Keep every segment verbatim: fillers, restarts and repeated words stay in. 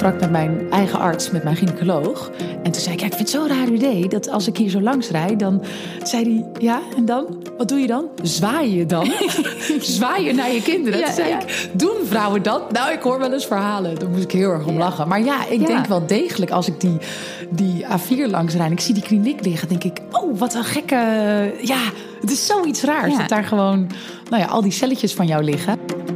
sprak met mijn eigen arts, met mijn gynaecoloog. En toen zei ik, ja, ik vind het zo'n raar idee dat als ik hier zo langs rijd, dan zei hij, ja, en dan? Wat doe je dan? Zwaai je dan? Zwaai je naar je kinderen? Ja, toen zei ja. ik, doen vrouwen dat? Nou, ik hoor wel eens verhalen. Daar moest ik heel erg om lachen. Maar ja, ik ja. denk wel degelijk als ik die, die A vier langs rijd en ik zie die kliniek liggen, denk ik, oh, wat een gekke... Ja, het is zoiets raars ja. dat daar gewoon, nou ja, al die celletjes van jou liggen.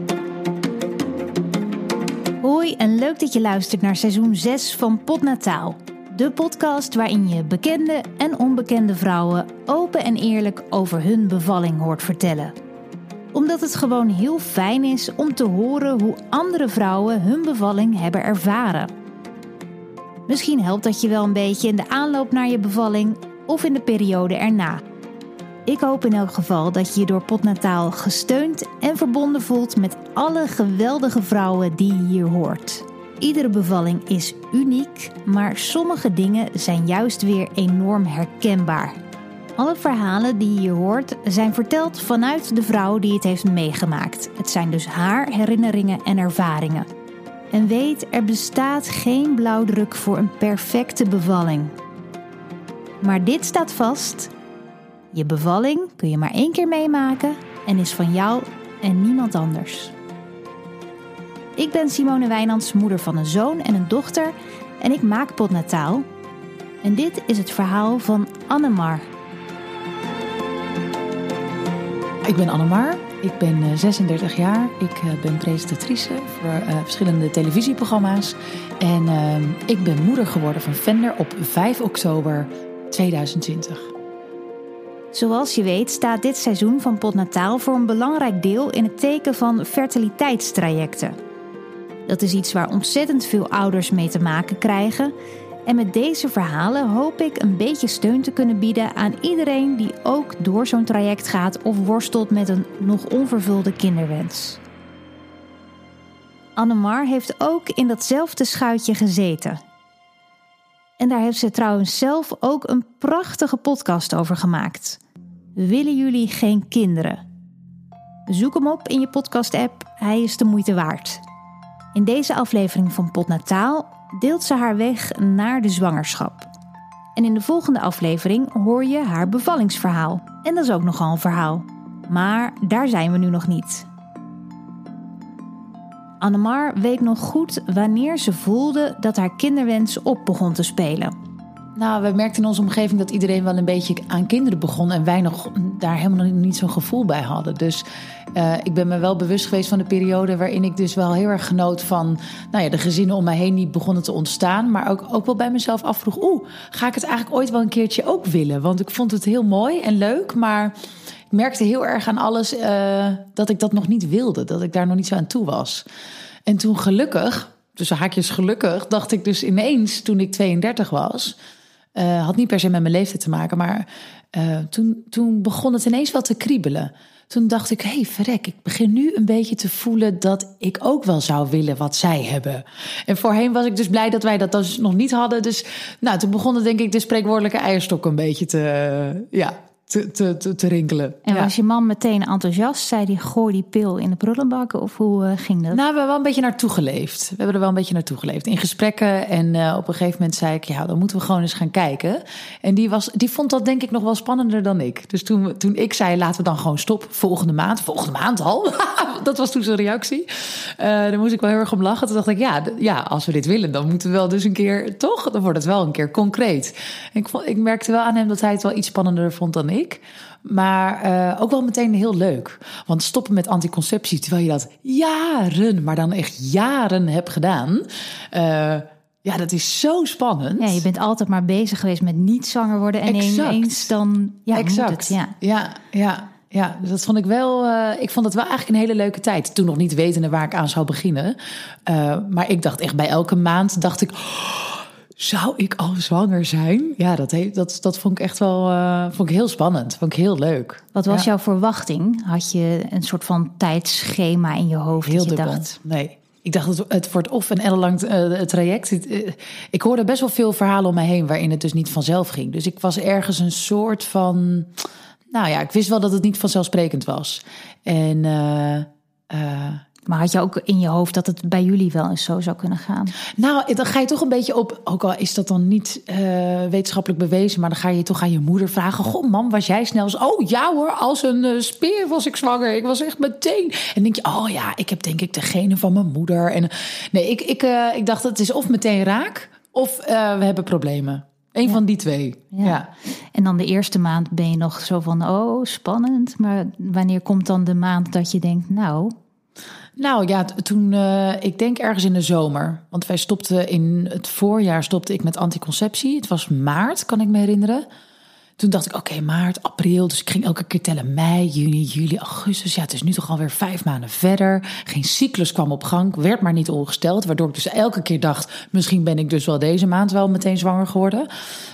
Hoi en leuk dat je luistert naar seizoen zes van Podnataal. De podcast waarin je bekende en onbekende vrouwen open en eerlijk over hun bevalling hoort vertellen. Omdat het gewoon heel fijn is om te horen hoe andere vrouwen hun bevalling hebben ervaren. Misschien helpt dat je wel een beetje in de aanloop naar je bevalling of in de periode erna. Ik hoop in elk geval dat je je door Podnataal gesteund en verbonden voelt met alle geweldige vrouwen die je hier hoort. Iedere bevalling is uniek, maar sommige dingen zijn juist weer enorm herkenbaar. Alle verhalen die je hier hoort zijn verteld vanuit de vrouw die het heeft meegemaakt. Het zijn dus haar herinneringen en ervaringen. En weet, er bestaat geen blauwdruk voor een perfecte bevalling. Maar dit staat vast. Je bevalling kun je maar één keer meemaken en is van jou en niemand anders. Ik ben Simone Wijnands, moeder van een zoon en een dochter en ik maak Podnataal. En dit is het verhaal van Annemar. Ik ben Annemar, ik ben zesendertig jaar, ik ben presentatrice voor uh, verschillende televisieprogramma's. En uh, ik ben moeder geworden van Fender op vijf oktober tweeduizend twintig. Zoals je weet staat dit seizoen van Podnataal voor een belangrijk deel in het teken van fertiliteitstrajecten. Dat is iets waar ontzettend veel ouders mee te maken krijgen. En met deze verhalen hoop ik een beetje steun te kunnen bieden aan iedereen die ook door zo'n traject gaat of worstelt met een nog onvervulde kinderwens. Annemar heeft ook in datzelfde schuitje gezeten. En daar heeft ze trouwens zelf ook een prachtige podcast over gemaakt. Willen jullie geen kinderen? Zoek hem op in je podcast-app, hij is de moeite waard. In deze aflevering van Podnataal deelt ze haar weg naar de zwangerschap. En in de volgende aflevering hoor je haar bevallingsverhaal. En dat is ook nogal een verhaal. Maar daar zijn we nu nog niet. Annemar weet nog goed wanneer ze voelde dat haar kinderwens op begon te spelen. Nou, we merkten in onze omgeving dat iedereen wel een beetje aan kinderen begon en wij nog daar helemaal niet zo'n gevoel bij hadden. Dus uh, ik ben me wel bewust geweest van de periode waarin ik dus wel heel erg genoot van nou ja, de gezinnen om mij heen die begonnen te ontstaan. Maar ook, ook wel bij mezelf afvroeg, oeh, ga ik het eigenlijk ooit wel een keertje ook willen? Want ik vond het heel mooi en leuk, maar ik merkte heel erg aan alles uh, dat ik dat nog niet wilde. Dat ik daar nog niet zo aan toe was. En toen gelukkig, dus haakjes gelukkig, dacht ik dus ineens toen ik tweeëndertig was... Uh, had niet per se met mijn leeftijd te maken, maar uh, toen, toen begon het ineens wel te kriebelen. Toen dacht ik, hé, hey, verrek, ik begin nu een beetje te voelen dat ik ook wel zou willen wat zij hebben. En voorheen was ik dus blij dat wij dat dus nog niet hadden. Dus nou, toen begon het denk ik de spreekwoordelijke eierstok een beetje te, uh, ja, te, te, te, te rinkelen. En ja. Was je man meteen enthousiast? Zei die gooi die pil in de prullenbak of hoe uh, ging dat? Nou, we hebben wel een beetje naartoe geleefd. We hebben er wel een beetje naartoe geleefd. In gesprekken en uh, op een gegeven moment zei ik, ja, dan moeten we gewoon eens gaan kijken. En die, was, die vond dat denk ik nog wel spannender dan ik. Dus toen, toen ik zei, laten we dan gewoon stoppen. Volgende maand, volgende maand al. Dat was toen zijn reactie. Uh, daar moest ik wel heel erg om lachen. Toen dacht ik, ja, d- ja, als we dit willen, dan moeten we wel dus een keer, toch? Dan wordt het wel een keer concreet. En ik, vond, ik merkte wel aan hem dat hij het wel iets spannender vond dan ik. Maar uh, ook wel meteen heel leuk. Want stoppen met anticonceptie, terwijl je dat jaren, maar dan echt jaren hebt gedaan. Uh, ja, dat is zo spannend. Ja, je bent altijd maar bezig geweest met niet zwanger worden. En exact. ineens dan ja, exact. moet het. Ja, ja, ja. Ja, dus dat vond ik wel. Uh, ik vond het wel eigenlijk een hele leuke tijd. Toen nog niet wetende waar ik aan zou beginnen. Uh, maar ik dacht echt bij elke maand dacht ik, oh, zou ik al zwanger zijn? Ja, dat, he, dat, dat vond ik echt wel uh, vond ik heel spannend. Vond ik heel leuk. Wat was ja. jouw verwachting? Had je een soort van tijdschema in je hoofd? Heel dat je dubbel. dacht? Nee. Ik dacht, het, het wordt of een ellenlang uh, traject. Het, uh, ik hoorde best wel veel verhalen om mij heen waarin het dus niet vanzelf ging. Dus ik was ergens een soort van, nou ja, ik wist wel dat het niet vanzelfsprekend was. En uh, uh, Maar had je ook in je hoofd dat het bij jullie wel eens zo zou kunnen gaan? Nou, dan ga je toch een beetje op, ook al is dat dan niet uh, wetenschappelijk bewezen, maar dan ga je toch aan je moeder vragen: goh, mam, was jij snel? Oh ja hoor, als een uh, speer was ik zwanger. Ik was echt meteen. En dan denk je, oh ja, ik heb denk ik de genen van mijn moeder. En nee, ik, ik, uh, ik dacht, het is of meteen raak, of uh, we hebben problemen. Eén ja. van die twee. Ja. Ja. En dan de eerste maand ben je nog zo van, oh, spannend. Maar wanneer komt dan de maand dat je denkt, nou... Nou ja, toen, uh, ik denk ergens in de zomer. Want wij stopten in het voorjaar stopte ik met anticonceptie. Het was maart, kan ik me herinneren. Toen dacht ik, oké, okay, maart, april. Dus ik ging elke keer tellen mei, juni, juli, augustus. Ja, het is nu toch alweer vijf maanden verder. Geen cyclus kwam op gang, werd maar niet ongesteld. Waardoor ik dus elke keer dacht, misschien ben ik dus wel deze maand wel meteen zwanger geworden.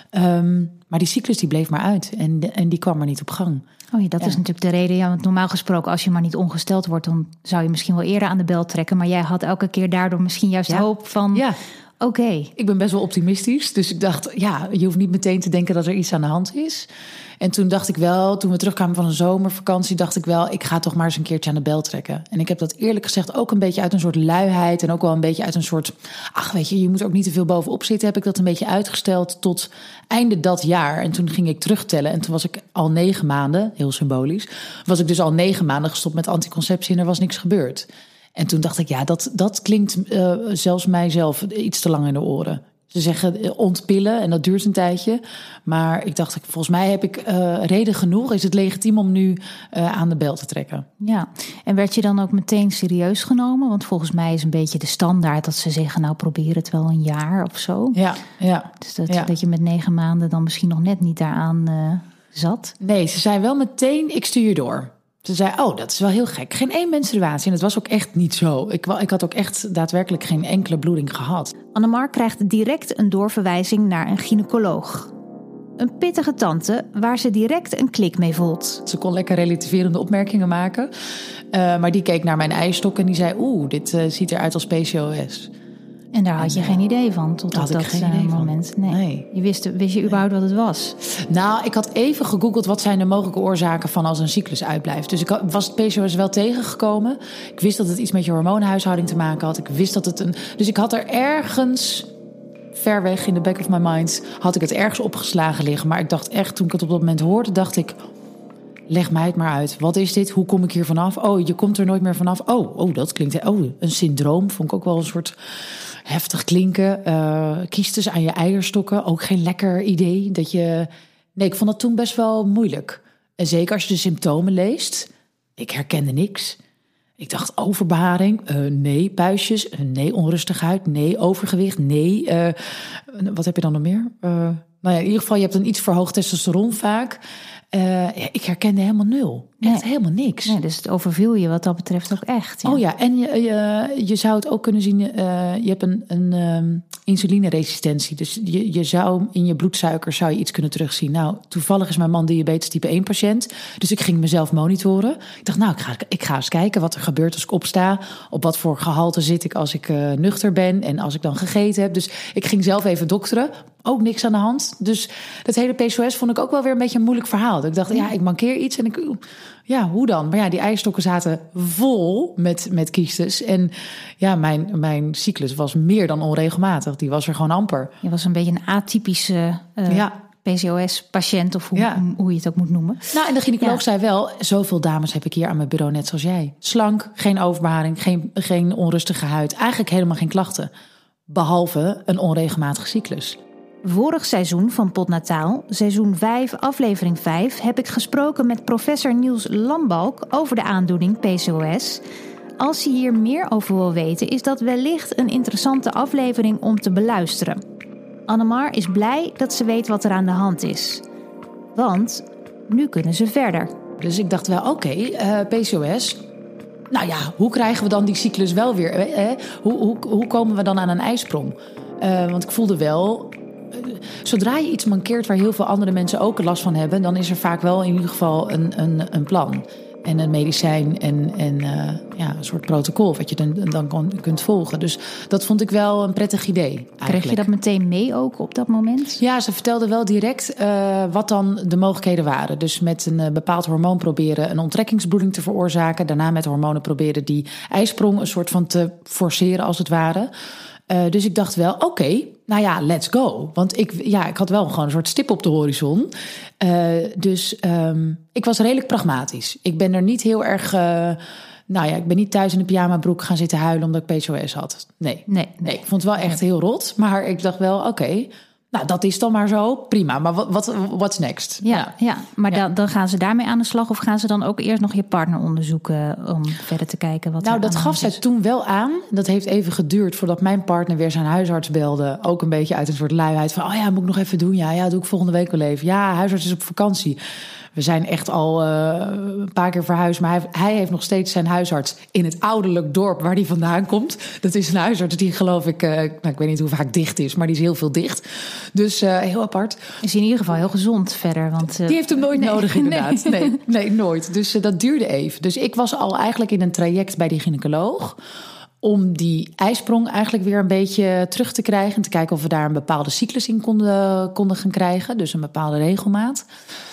Um, maar die cyclus die bleef maar uit en, en die kwam maar niet op gang. Oh ja, dat ja. is natuurlijk de reden. Ja, want normaal gesproken, als je maar niet ongesteld wordt, dan zou je misschien wel eerder aan de bel trekken. Maar jij had elke keer daardoor misschien juist ja. hoop van... Ja. Oké. Okay. Ik ben best wel optimistisch. Dus ik dacht, ja, je hoeft niet meteen te denken dat er iets aan de hand is. En toen dacht ik wel, toen we terugkwamen van een zomervakantie, dacht ik wel, ik ga toch maar eens een keertje aan de bel trekken. En ik heb dat eerlijk gezegd ook een beetje uit een soort luiheid en ook wel een beetje uit een soort, ach weet je, je moet er ook niet te veel bovenop zitten. Heb ik dat een beetje uitgesteld tot einde dat jaar. En toen ging ik terugtellen en toen was ik al negen maanden, heel symbolisch, was ik dus al negen maanden gestopt met anticonceptie en er was niks gebeurd. En toen dacht ik, ja, dat, dat klinkt uh, zelfs mijzelf iets te lang in de oren. Ze zeggen ontpillen en dat duurt een tijdje. Maar ik dacht, volgens mij heb ik uh, reden genoeg. Is het legitiem om nu uh, aan de bel te trekken? Ja, en werd je dan ook meteen serieus genomen? Want volgens mij is een beetje de standaard dat ze zeggen, nou probeer het wel een jaar of zo. Ja, ja. Dus dat, ja. dat je met negen maanden dan misschien nog net niet daaraan uh, zat? Nee, ze zei wel meteen, ik stuur je door. Ze zei, oh, dat is wel heel gek. Geen één menstruatie. En het was ook echt niet zo. Ik, ik had ook echt daadwerkelijk geen enkele bloeding gehad. Annemar krijgt direct een doorverwijzing naar een gynaecoloog. Een pittige tante waar ze direct een klik mee voelt. Ze kon lekker relativerende opmerkingen maken. Uh, maar die keek naar mijn eierstok en die zei, oeh, dit uh, ziet eruit als P C O S. En daar had je en, geen idee van tot op dat geen idee moment. Nee. nee. Je wist, wist je überhaupt nee. wat het was? Nou, ik had even gegoogeld wat zijn de mogelijke oorzaken van als een cyclus uitblijft. Dus ik was het P C O S wel tegengekomen. Ik wist dat het iets met je hormoonhuishouding te maken had. Ik wist dat het een. Dus ik had er ergens ver weg in de back of my mind had ik het ergens opgeslagen liggen. Maar ik dacht echt, toen ik het op dat moment hoorde, dacht ik, leg mij het maar uit. Wat is dit? Hoe kom ik hier vanaf? Oh, je komt er nooit meer vanaf. Oh, oh dat klinkt. Oh, een syndroom. Vond ik ook wel een soort heftig klinken. Uh, kiestes aan je eierstokken. Ook geen lekker idee. Dat je. Nee, ik vond dat toen best wel moeilijk. En zeker als je de symptomen leest. Ik herkende niks. Ik dacht overbeharing. Uh, nee, puistjes. Uh, nee, onrustigheid. Nee, overgewicht. Nee. Uh, wat heb je dan nog meer? Uh, nou ja, in ieder geval, je hebt een iets verhoogd testosteron vaak. Uh, ja, ik herkende helemaal nul. Echt nee. helemaal niks. Nee, dus het overviel je wat dat betreft ook echt. Ja. Oh ja, en je, je, je zou het ook kunnen zien. Uh, je hebt een, een um, insulineresistentie. Dus je, je zou in je bloedsuiker zou je iets kunnen terugzien. Nou, toevallig is mijn man diabetes type één patiënt. Dus ik ging mezelf monitoren. Ik dacht, nou, ik ga, ik ga eens kijken wat er gebeurt als ik opsta. Op wat voor gehalte zit ik als ik uh, nuchter ben. En als ik dan gegeten heb. Dus ik ging zelf even dokteren. Ook niks aan de hand. Dus dat hele P C O S vond ik ook wel weer een beetje een moeilijk verhaal. Ik dacht, ja, ik mankeer iets en ik... Ja, hoe dan? Maar ja, die eierstokken zaten vol met, met kiestes. En ja, mijn, mijn cyclus was meer dan onregelmatig. Die was er gewoon amper. Je was een beetje een atypische uh, ja. P C O S-patiënt, of hoe, ja. hoe je het ook moet noemen. Nou, en de gynaecoloog ja. zei wel, zoveel dames heb ik hier aan mijn bureau, net zoals jij. Slank, geen overbeharing, geen, geen onrustige huid. Eigenlijk helemaal geen klachten. Behalve een onregelmatige cyclus. Vorig seizoen van Podnataal, seizoen vijf, aflevering vijf... heb ik gesproken met professor Niels Lambalk over de aandoening P C O S. Als je hier meer over wil weten, is dat wellicht een interessante aflevering om te beluisteren. Annemar is blij dat ze weet wat er aan de hand is. Want nu kunnen ze verder. Dus ik dacht wel, oké, okay, uh, P C O S... Nou ja, hoe krijgen we dan die cyclus wel weer? Eh? Hoe, hoe, hoe komen we dan aan een ijsprong? Uh, want ik voelde wel... Zodra je iets mankeert waar heel veel andere mensen ook last van hebben, dan is er vaak wel in ieder geval een, een, een plan. En een medicijn en, en uh, ja, een soort protocol wat je dan, dan kon, kunt volgen. Dus dat vond ik wel een prettig idee. Eigenlijk. Kreeg je dat meteen mee ook op dat moment? Ja, ze vertelde wel direct uh, wat dan de mogelijkheden waren. Dus met een uh, bepaald hormoon proberen een onttrekkingsbloeding te veroorzaken. Daarna met hormonen proberen die ijsprong een soort van te forceren als het ware. Uh, dus ik dacht wel, oké, okay, nou ja, let's go. Want ik, ja, ik had wel gewoon een soort stip op de horizon. Uh, dus um, ik was redelijk pragmatisch. Ik ben er niet heel erg... Uh, nou ja, ik ben niet thuis in een pyjamabroek gaan zitten huilen omdat ik P C O S had. Nee, nee, nee. Ik vond het wel echt heel rot. Maar ik dacht wel, oké, okay, nou dat is dan maar zo. Prima, maar wat, wat what's next? Ja, ja. ja maar ja. Dan, dan gaan ze daarmee aan de slag... of gaan ze dan ook eerst nog je partner onderzoeken... om verder te kijken wat nou, er dat gaf zij toen wel aan. Dat heeft even geduurd voordat mijn partner weer zijn huisarts belde. Ook een beetje uit een soort luiheid van... oh ja, moet ik nog even doen? Ja, ja, doe ik volgende week wel even. Ja, huisarts is op vakantie. We zijn echt al uh, een paar keer verhuisd. Maar hij, hij heeft nog steeds zijn huisarts in het ouderlijk dorp waar hij vandaan komt. Dat is een huisarts die geloof ik... Uh, nou, ik weet niet hoe vaak dicht is, maar die is heel veel dicht. Dus uh, heel apart. Is in ieder geval heel gezond verder. Want, uh, die heeft hem nooit nee, nodig inderdaad. Nee, nee, nee nooit. Dus uh, dat duurde even. Dus ik was al eigenlijk in een traject bij die gynaecoloog... om die ijsprong eigenlijk weer een beetje terug te krijgen... en te kijken of we daar een bepaalde cyclus in konden, konden gaan krijgen. Dus een bepaalde regelmaat.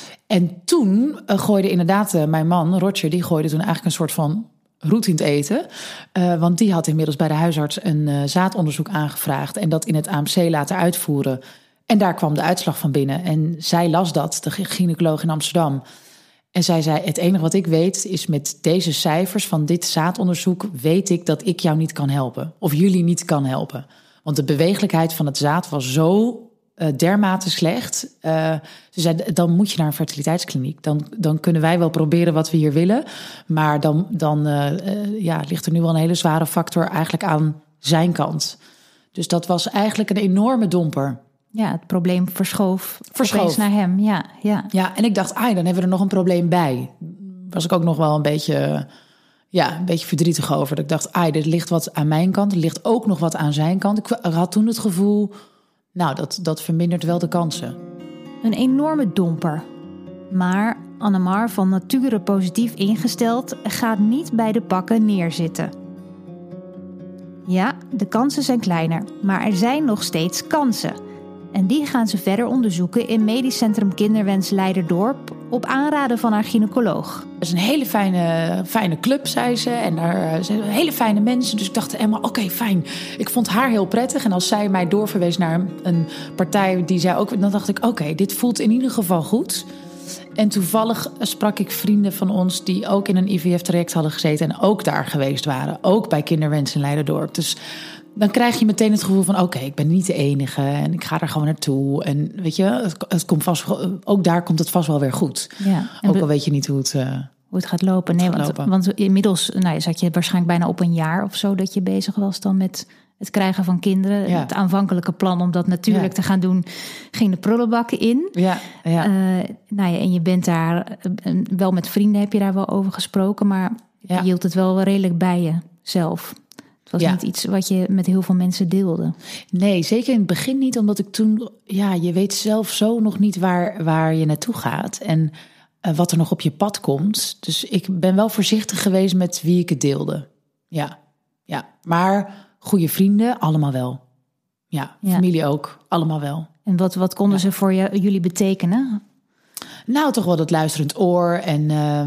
En toen uh, gooide inderdaad uh, mijn man, Roger... die gooide toen eigenlijk een soort van roet in het eten. Uh, want die had inmiddels bij de huisarts een uh, zaadonderzoek aangevraagd... en dat in het A M C laten uitvoeren. En daar kwam de uitslag van binnen. En zij las dat, de gynaecoloog in Amsterdam. En zij zei, het enige wat ik weet is met deze cijfers van dit zaadonderzoek... weet ik dat ik jou niet kan helpen. Of jullie niet kan helpen. Want de beweeglijkheid van het zaad was zo... Uh, dermate slecht. Uh, ze zei, dan moet je naar een fertiliteitskliniek. Dan, dan kunnen wij wel proberen wat we hier willen. Maar dan, dan uh, uh, ja, ligt er nu wel een hele zware factor eigenlijk aan zijn kant. Dus dat was eigenlijk een enorme domper. Ja, het probleem verschoof, verschoof. naar hem. Ja, ja. ja, en ik dacht, ah, dan hebben we er nog een probleem bij. Was ik ook nog wel een beetje... Ja, een beetje verdrietig over. Dat ik dacht, ah, er ligt wat aan mijn kant. Er ligt ook nog wat aan zijn kant. Ik had toen het gevoel... Nou, dat, dat vermindert wel de kansen. Een enorme domper. Maar Annemar, van nature positief ingesteld, gaat niet bij de pakken neerzitten. Ja, de kansen zijn kleiner, maar er zijn nog steeds kansen. En die gaan ze verder onderzoeken in Medisch Centrum Kinderwens Leiderdorp... op aanraden van haar gynaecoloog. Het is een hele fijne, fijne club, zei ze. En daar zijn hele fijne mensen. Dus ik dacht helemaal, oké, okay, fijn. Ik vond haar heel prettig. En als zij mij doorverwees naar een partij die zij ook... dan dacht ik, oké, okay, dit voelt in ieder geval goed. En toevallig sprak ik vrienden van ons... die ook in een I V F-traject hadden gezeten... en ook daar geweest waren. Ook bij Kinderwens in Leiderdorp. Dus... dan krijg je meteen het gevoel van... oké, okay, ik ben niet de enige en ik ga er gewoon naartoe. En weet je, het, het komt vast, ook daar komt het vast wel weer goed. Ja, ook al weet je niet hoe het, uh, hoe het gaat lopen. Nee, gaat want, lopen. want inmiddels nou, zat je waarschijnlijk bijna op een jaar of zo... dat je bezig was dan met het krijgen van kinderen. Ja. Het aanvankelijke plan om dat natuurlijk ja. te gaan doen... ging de prullenbakken in. Ja, ja. Uh, nou ja, en je bent daar... wel met vrienden heb je daar wel over gesproken... maar ja. je hield het wel redelijk bij jezelf... Het was ja. niet iets wat je met heel veel mensen deelde. Nee, zeker in het begin niet. Omdat ik toen... Ja, je weet zelf zo nog niet waar, waar je naartoe gaat. En uh, wat er nog op je pad komt. Dus ik ben wel voorzichtig geweest met wie ik het deelde. Ja, ja. Maar goede vrienden, allemaal wel. Ja, ja. Familie ook, allemaal wel. En wat, wat konden ja. ze voor je, jullie betekenen? Nou, toch wel dat luisterend oor en... Uh,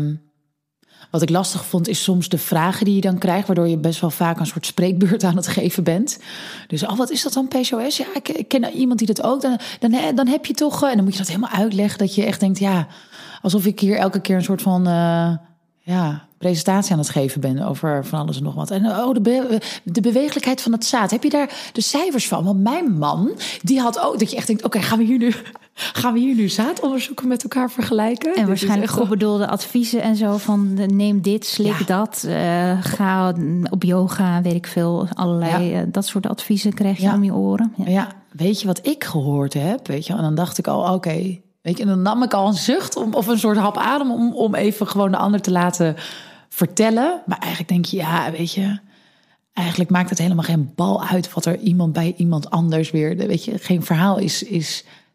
Wat ik lastig vond is soms de vragen die je dan krijgt... waardoor je best wel vaak een soort spreekbeurt aan het geven bent. Dus, oh, wat is dat dan, P C O S? Ja, ik, ik ken iemand die dat ook. Dan, dan, dan heb je toch... En dan moet je dat helemaal uitleggen dat je echt denkt... ja, alsof ik hier elke keer een soort van... Uh, ja, presentatie aan het geven ben over van alles en nog wat. En oh, de, be- de beweeglijkheid van het zaad. Heb je daar de cijfers van? Want mijn man, die had ook... dat je echt denkt, oké, okay, gaan we hier nu... gaan we hier nu zaadonderzoeken met elkaar vergelijken? En waarschijnlijk goed bedoelde adviezen en zo van... neem dit, slik ja. dat, uh, ga op yoga, weet ik veel. Allerlei ja. uh, dat soort adviezen krijg je ja. om je oren. Ja. ja, weet je wat ik gehoord heb? Weet je, en dan dacht ik al, oké... Okay, weet je, en dan nam ik al een zucht om, of een soort hap adem... om, om even gewoon de ander te laten vertellen. Maar eigenlijk denk je, ja, weet je... eigenlijk maakt het helemaal geen bal uit... wat er iemand bij iemand anders weer... weet je, geen verhaal is... is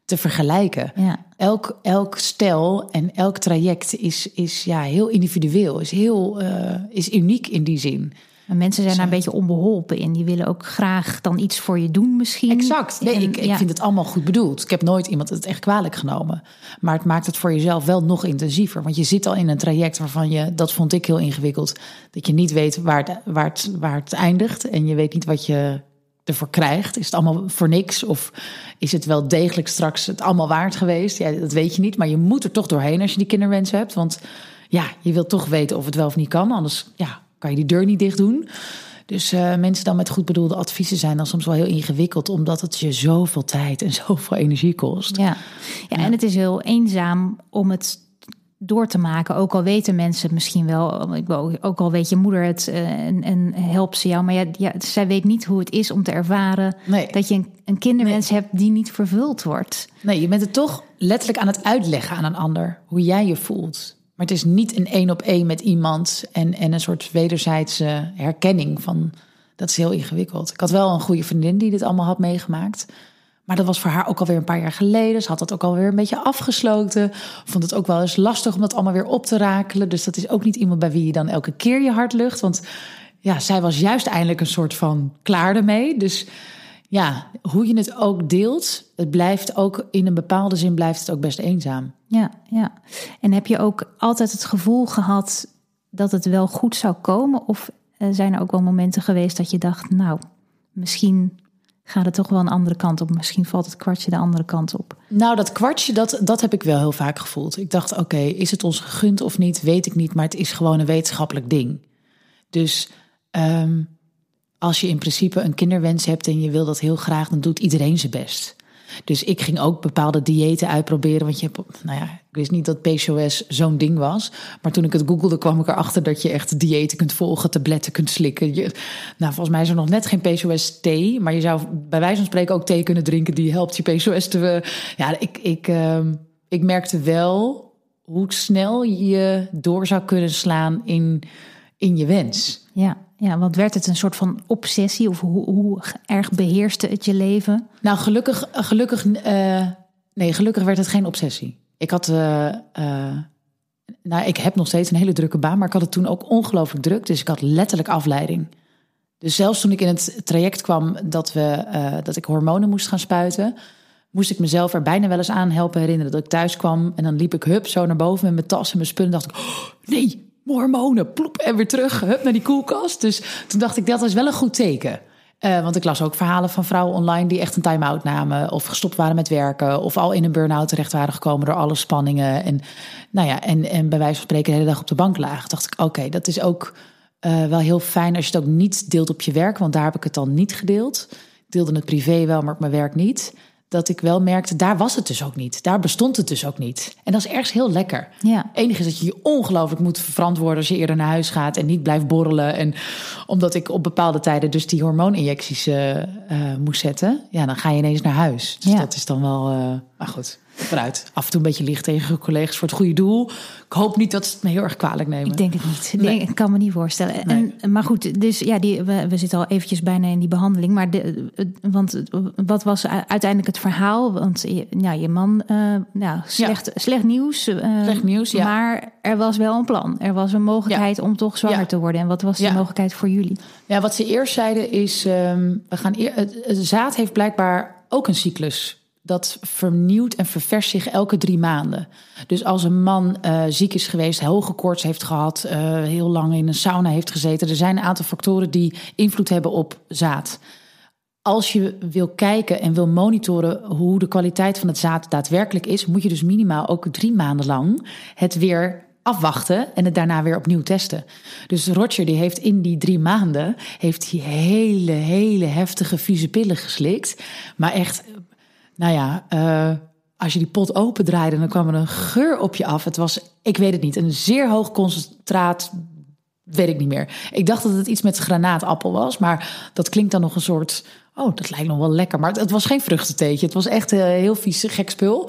te vergelijken. Ja. Elk, elk stel en elk traject is, is ja, heel individueel, is, heel, uh, is uniek in die zin. En mensen zijn daar een beetje onbeholpen in. Die willen ook graag dan iets voor je doen misschien. Exact. Nee, en, ik, ik ja. vind het allemaal goed bedoeld. Ik heb nooit iemand het echt kwalijk genomen. Maar het maakt het voor jezelf wel nog intensiever. Want je zit al in een traject waarvan je, dat vond ik heel ingewikkeld, dat je niet weet waar het, waar het, waar het eindigt. En je weet niet wat je ervoor krijgt. Is het allemaal voor niks? Of is het wel degelijk straks het allemaal waard geweest? Ja, dat weet je niet. Maar je moet er toch doorheen als je die kinderwensen hebt. Want ja, je wilt toch weten of het wel of niet kan. Anders ja, kan je die deur niet dicht doen. Dus uh, mensen dan met goed bedoelde adviezen zijn dan soms wel heel ingewikkeld, omdat het je zoveel tijd en zoveel energie kost. Ja, ja, ja. En het is heel eenzaam om het door te maken. Ook al weten mensen misschien wel, ook al weet je moeder het en, en helpt ze jou. Maar ja, ja, zij weet niet hoe het is om te ervaren nee. dat je een, een kinderwens nee. hebt die niet vervuld wordt. Nee, je bent het toch letterlijk aan het uitleggen aan een ander, hoe jij je voelt. Maar het is niet een één op één met iemand en, en een soort wederzijdse herkenning van, dat is heel ingewikkeld. Ik had wel een goede vriendin die dit allemaal had meegemaakt. Maar dat was voor haar ook alweer een paar jaar geleden. Ze had dat ook alweer een beetje afgesloten. Vond het ook wel eens lastig om dat allemaal weer op te rakelen. Dus dat is ook niet iemand bij wie je dan elke keer je hart lucht. Want ja, zij was juist eindelijk een soort van klaar ermee. Dus ja, hoe je het ook deelt, het blijft ook in een bepaalde zin blijft het ook best eenzaam. Ja, ja. En heb je ook altijd het gevoel gehad dat het wel goed zou komen? Of zijn er ook wel momenten geweest dat je dacht, nou, misschien gaat het toch wel een andere kant op. Misschien valt het kwartje de andere kant op. Nou, dat kwartje, dat, dat heb ik wel heel vaak gevoeld. Ik dacht, oké, okay, is het ons gegund of niet? Weet ik niet, maar het is gewoon een wetenschappelijk ding. Dus um, als je in principe een kinderwens hebt en je wil dat heel graag, dan doet iedereen zijn best. Dus ik ging ook bepaalde diëten uitproberen. Want je hebt, nou ja, ik wist niet dat P C O S zo'n ding was. Maar toen ik het googelde, kwam ik erachter dat je echt diëten kunt volgen, tabletten kunt slikken. Je, nou, volgens mij is er nog net geen P C O S thee. Maar je zou bij wijze van spreken ook thee kunnen drinken die helpt je P C O S te... Ja, ik, ik, uh, ik merkte wel hoe snel je door zou kunnen slaan in, in je wens. Ja. Ja, want werd het een soort van obsessie? Of hoe, hoe erg beheerste het je leven? Nou, gelukkig, gelukkig, uh, nee, gelukkig werd het geen obsessie. Ik had, uh, uh, nou, ik heb nog steeds een hele drukke baan, maar ik had het toen ook ongelooflijk druk. Dus ik had letterlijk afleiding. Dus zelfs toen ik in het traject kwam dat, we, uh, dat ik hormonen moest gaan spuiten, moest ik mezelf er bijna wel eens aan helpen herinneren dat ik thuis kwam. En dan liep ik hup zo naar boven met mijn tas en mijn spullen. En dacht ik, oh, nee, hormonen, ploep, en weer terug, hup, naar die koelkast. Dus toen dacht ik, dat is wel een goed teken. Uh, want ik las ook verhalen van vrouwen online die echt een time-out namen, of gestopt waren met werken, of al in een burn-out terecht waren gekomen door alle spanningen. En, nou ja, en, en bij wijze van spreken de hele dag op de bank lagen. Dacht ik, oké, okay, dat is ook uh, wel heel fijn als je het ook niet deelt op je werk, want daar heb ik het dan niet gedeeld. Ik deelde het privé wel, maar op mijn werk niet. Dat ik wel merkte, daar was het dus ook niet. Daar bestond het dus ook niet. En dat is ergens heel lekker. Ja. Het enige is dat je je ongelooflijk moet verantwoorden als je eerder naar huis gaat en niet blijft borrelen. En omdat ik op bepaalde tijden dus die hormooninjecties uh, uh, moest zetten, ja, dan ga je ineens naar huis. Dus ja. Dat is dan wel, uh, maar goed, vooruit. Af en toe een beetje licht tegen collega's voor het goede doel. Ik hoop niet dat ze het me heel erg kwalijk nemen. Ik denk het niet. Ik, denk, ik kan me niet voorstellen. Nee. En, maar goed, dus ja, die, we, we zitten al eventjes bijna in die behandeling. Maar de, want wat was uiteindelijk het verhaal? Want ja, je man, uh, nou, slecht, ja. slecht nieuws. Uh, slecht nieuws, ja. Maar er was wel een plan. Er was een mogelijkheid ja. om toch zwanger ja. te worden. En wat was die ja. mogelijkheid voor jullie? Ja, wat ze eerst zeiden is, um, we gaan eer, het, het zaad heeft blijkbaar ook een cyclus. Dat vernieuwt en ververst zich elke drie maanden. Dus als een man uh, ziek is geweest, hoge koorts heeft gehad, uh, heel lang in een sauna heeft gezeten. Er zijn een aantal factoren die invloed hebben op zaad. Als je wil kijken en wil monitoren hoe de kwaliteit van het zaad daadwerkelijk is, moet je dus minimaal ook drie maanden lang het weer afwachten en het daarna weer opnieuw testen. Dus Roger die heeft in die drie maanden heeft hij hele, hele heftige vieze pillen geslikt. Maar echt, nou ja, uh, als je die pot opendraaide, dan kwam er een geur op je af. Het was, ik weet het niet, een zeer hoog concentraat, weet ik niet meer. Ik dacht dat het iets met granaatappel was, maar dat klinkt dan nog een soort, oh, dat lijkt nog wel lekker. Maar het, het was geen vruchtentheetje. Het was echt een heel vies, gek spul.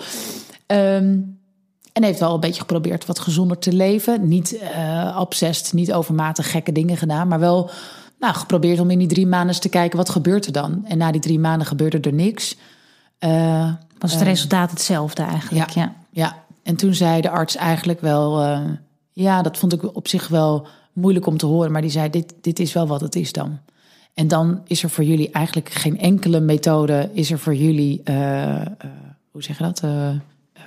Um, En heeft wel een beetje geprobeerd wat gezonder te leven. Niet uh, obsessed, niet overmatig gekke dingen gedaan. Maar wel nou, geprobeerd om in die drie maanden eens te kijken, wat gebeurt er dan? En na die drie maanden gebeurde er niks. Uh, Was het uh, resultaat hetzelfde eigenlijk? Ja, ja. ja, en toen zei de arts eigenlijk wel... Uh, ja, dat vond ik op zich wel moeilijk om te horen. Maar die zei, dit, dit is wel wat het is dan. En dan is er voor jullie eigenlijk geen enkele methode... is er voor jullie... Uh, uh, hoe zeg je dat? Uh, uh,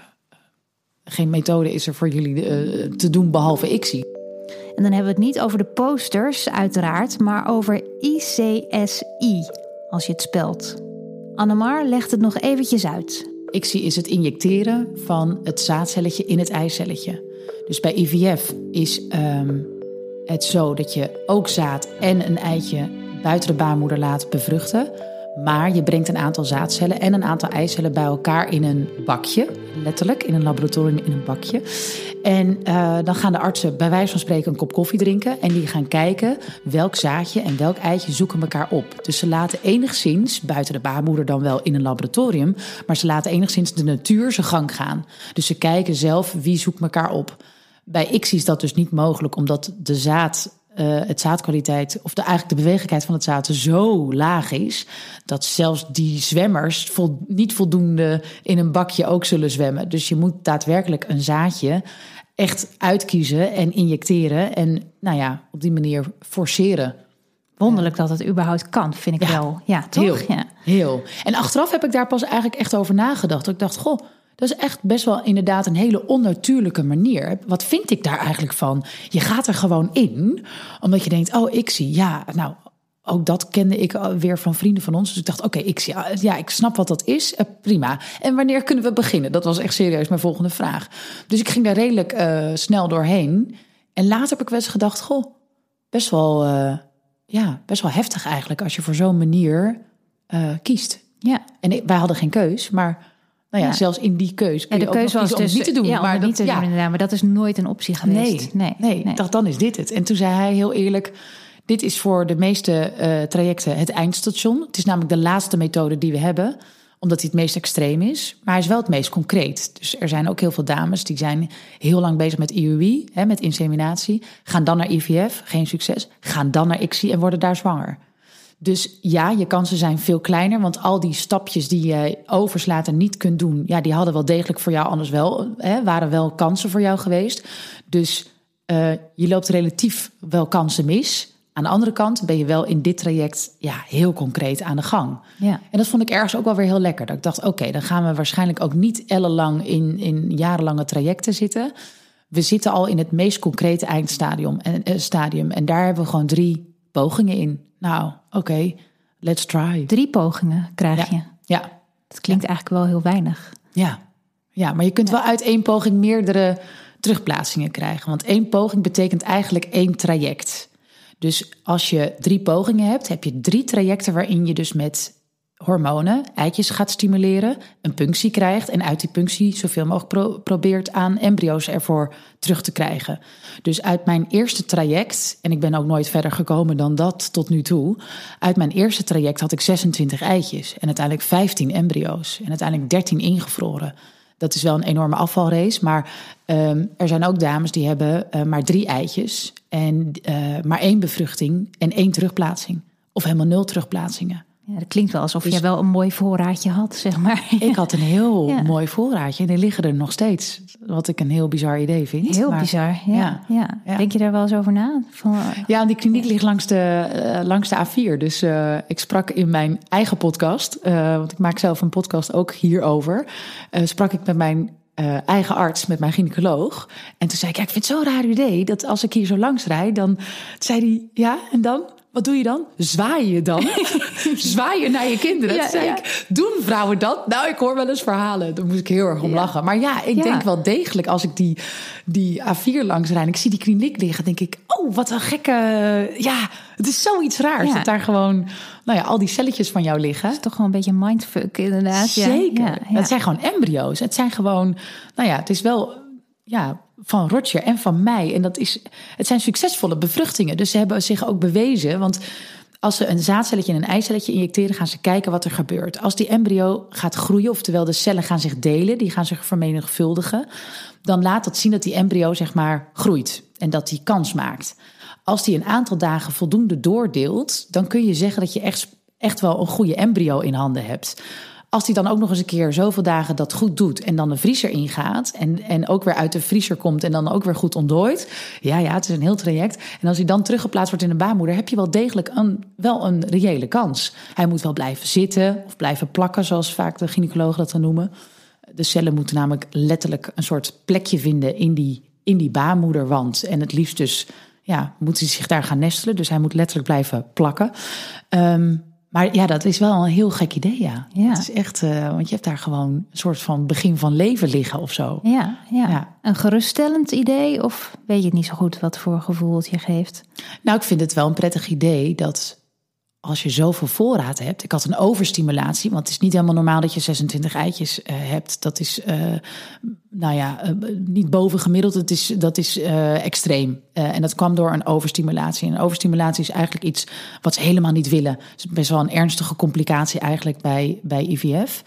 geen methode is er voor jullie uh, te doen behalve I C S I. En dan hebben we het niet over de posters, uiteraard... maar over I C S I, als je het spelt. Annemar legt het nog eventjes uit. I C S I is het injecteren van het zaadcelletje in het eicelletje. Dus bij I V F is um, het zo dat je ook zaad en een eitje buiten de baarmoeder laat bevruchten. Maar je brengt een aantal zaadcellen en een aantal eicellen bij elkaar in een bakje. Letterlijk, in een laboratorium in een bakje. En uh, dan gaan de artsen bij wijze van spreken een kop koffie drinken. En die gaan kijken welk zaadje en welk eitje zoeken elkaar op. Dus ze laten enigszins, buiten de baarmoeder dan wel in een laboratorium... maar ze laten enigszins de natuur zijn gang gaan. Dus ze kijken zelf wie zoekt elkaar op. Bij I C S I is dat dus niet mogelijk, omdat de zaad... Uh, het zaadkwaliteit, of de, eigenlijk de beweeglijkheid van het zaad zo laag is... dat zelfs die zwemmers vol, niet voldoende in een bakje ook zullen zwemmen. Dus je moet daadwerkelijk een zaadje echt uitkiezen en injecteren... en nou ja, op die manier forceren. Wonderlijk dat het überhaupt kan, vind ik ja, wel. Ja, toch? Heel, ja. heel. En achteraf heb ik daar pas eigenlijk echt over nagedacht. Ik dacht, goh... dat is echt best wel inderdaad een hele onnatuurlijke manier. Wat vind ik daar eigenlijk van? Je gaat er gewoon in, omdat je denkt... oh, ik zie, ja, nou, ook dat kende ik weer van vrienden van ons. Dus ik dacht, oké, okay, ik zie, ja, ik snap wat dat is, uh, prima. En wanneer kunnen we beginnen? Dat was echt serieus mijn volgende vraag. Dus ik ging daar redelijk uh, snel doorheen. En later heb ik wel eens gedacht, goh, best wel, uh, ja, best wel heftig eigenlijk... als je voor zo'n manier uh, kiest. Ja. En ik, wij hadden geen keus, maar... Nou ja, ja, zelfs in die keus kun je ja, de keuze was dus, om het niet te doen. Ja, maar dat, niet te ja. doen inderdaad, maar dat is nooit een optie geweest. Nee, nee, nee, nee. dacht, dan is dit het. En toen zei hij heel eerlijk... dit is voor de meeste uh, trajecten het eindstation. Het is namelijk de laatste methode die we hebben... omdat hij het meest extreem is. Maar hij is wel het meest concreet. Dus er zijn ook heel veel dames die zijn heel lang bezig met I U I... Hè, met inseminatie. Gaan dan naar I V F, geen succes. Gaan dan naar I C S I en worden daar zwanger. Dus ja, je kansen zijn veel kleiner... want al die stapjes die je overslaat en niet kunt doen... ja, die hadden wel degelijk voor jou anders wel... Hè, waren wel kansen voor jou geweest. Dus uh, je loopt relatief wel kansen mis. Aan de andere kant ben je wel in dit traject... ja, heel concreet aan de gang. Ja. En dat vond ik ergens ook wel weer heel lekker. Dat ik dacht, oké, okay, dan gaan we waarschijnlijk ook niet ellenlang... in, in jarenlange trajecten zitten. We zitten al in het meest concrete eindstadium. En, uh, stadium, en daar hebben we gewoon drie pogingen in... Nou, oké, okay, let's try. Drie pogingen krijg ja. je. Ja. Dat klinkt ja. eigenlijk wel heel weinig. Ja, ja, maar je kunt ja. wel uit één poging meerdere terugplaatsingen krijgen. Want één poging betekent eigenlijk één traject. Dus als je drie pogingen hebt, heb je drie trajecten... waarin je dus met hormonen eitjes gaat stimuleren... een punctie krijgt en uit die punctie zoveel mogelijk pro- probeert... aan embryo's ervoor terug te krijgen. Dus uit mijn eerste traject... en ik ben ook nooit verder gekomen dan dat tot nu toe... uit mijn eerste traject had ik zesentwintig eitjes... en uiteindelijk vijftien embryo's en uiteindelijk dertien ingevroren. Dat is wel een enorme afvalrace, maar um, er zijn ook dames die hebben uh, maar drie eitjes... en uh, maar één bevruchting en één terugplaatsing. Of helemaal nul terugplaatsingen. Ja, dat klinkt wel alsof dus, je wel een mooi voorraadje had, zeg maar. Ik had een heel ja. mooi voorraadje. En die liggen er nog steeds. Wat ik een heel bizar idee vind. Heel maar, bizar, ja, ja. ja. ja. Denk je daar wel eens over na? Van, ja, die kliniek ligt langs de, uh, langs de A vier. Dus uh, ik sprak in mijn eigen podcast... Uh, want ik maak zelf een podcast ook hierover... Uh, sprak ik met mijn... Uh, eigen arts met mijn gynaecoloog. En toen zei ik, ja, ik vind het zo'n raar idee... dat als ik hier zo langs rijd, dan zei hij... ja, en dan? Wat doe je dan? Zwaai je dan? Zwaai je naar je kinderen? Ja, toen zei ja. ik, doen vrouwen dat? Nou, ik hoor wel eens verhalen. Daar moest ik heel erg om ja. lachen. Maar ja, ik ja. denk wel degelijk als ik die, die A vier langs rijd... en ik zie die kliniek liggen, denk ik... oh, wat een gekke... ja, het is zoiets raars ja. dat daar gewoon... nou ja, al die celletjes van jou liggen. Dat is toch gewoon een beetje mindfuck inderdaad. Zeker. Ja, ja. Het zijn gewoon embryo's. Het zijn gewoon... nou ja, het is wel... ja, van Roger en van mij. En dat is, het zijn succesvolle bevruchtingen. Dus ze hebben zich ook bewezen. Want als ze een zaadcelletje en een eicelletje injecteren... gaan ze kijken wat er gebeurt. Als die embryo gaat groeien, oftewel de cellen gaan zich delen... die gaan zich vermenigvuldigen... dan laat dat zien dat die embryo zeg maar groeit. En dat die kans maakt. Als die een aantal dagen voldoende doordeelt... dan kun je zeggen dat je echt, echt wel een goede embryo in handen hebt... Als hij dan ook nog eens een keer zoveel dagen dat goed doet en dan de vriezer ingaat en, en ook weer uit de vriezer komt en dan ook weer goed ontdooit. Ja, ja, het is een heel traject. En als hij dan teruggeplaatst wordt in de baarmoeder, heb je wel degelijk een, wel een reële kans. Hij moet wel blijven zitten of blijven plakken, zoals vaak de gynaecologen dat dan noemen. De cellen moeten namelijk letterlijk een soort plekje vinden in die, in die baarmoederwand. En het liefst dus, ja, moet hij zich daar gaan nestelen. Dus hij moet letterlijk blijven plakken. Um, maar ja, dat is wel een heel gek idee, ja. ja. Het is echt, uh, want je hebt daar gewoon een soort van begin van leven liggen of zo. Ja, ja. ja. Een geruststellend idee of weet je het niet zo goed wat voor gevoel het je geeft? Nou, ik vind het wel een prettig idee dat als je zoveel voorraad hebt. Ik had een overstimulatie, want het is niet helemaal normaal dat je zesentwintig eitjes uh, hebt. Dat is, uh, nou ja, uh, niet bovengemiddeld. Het is, dat is uh, extreem. Uh, en dat kwam door een overstimulatie. En overstimulatie is eigenlijk iets wat ze helemaal niet willen. Het is best wel een ernstige complicatie eigenlijk bij, bij I V F.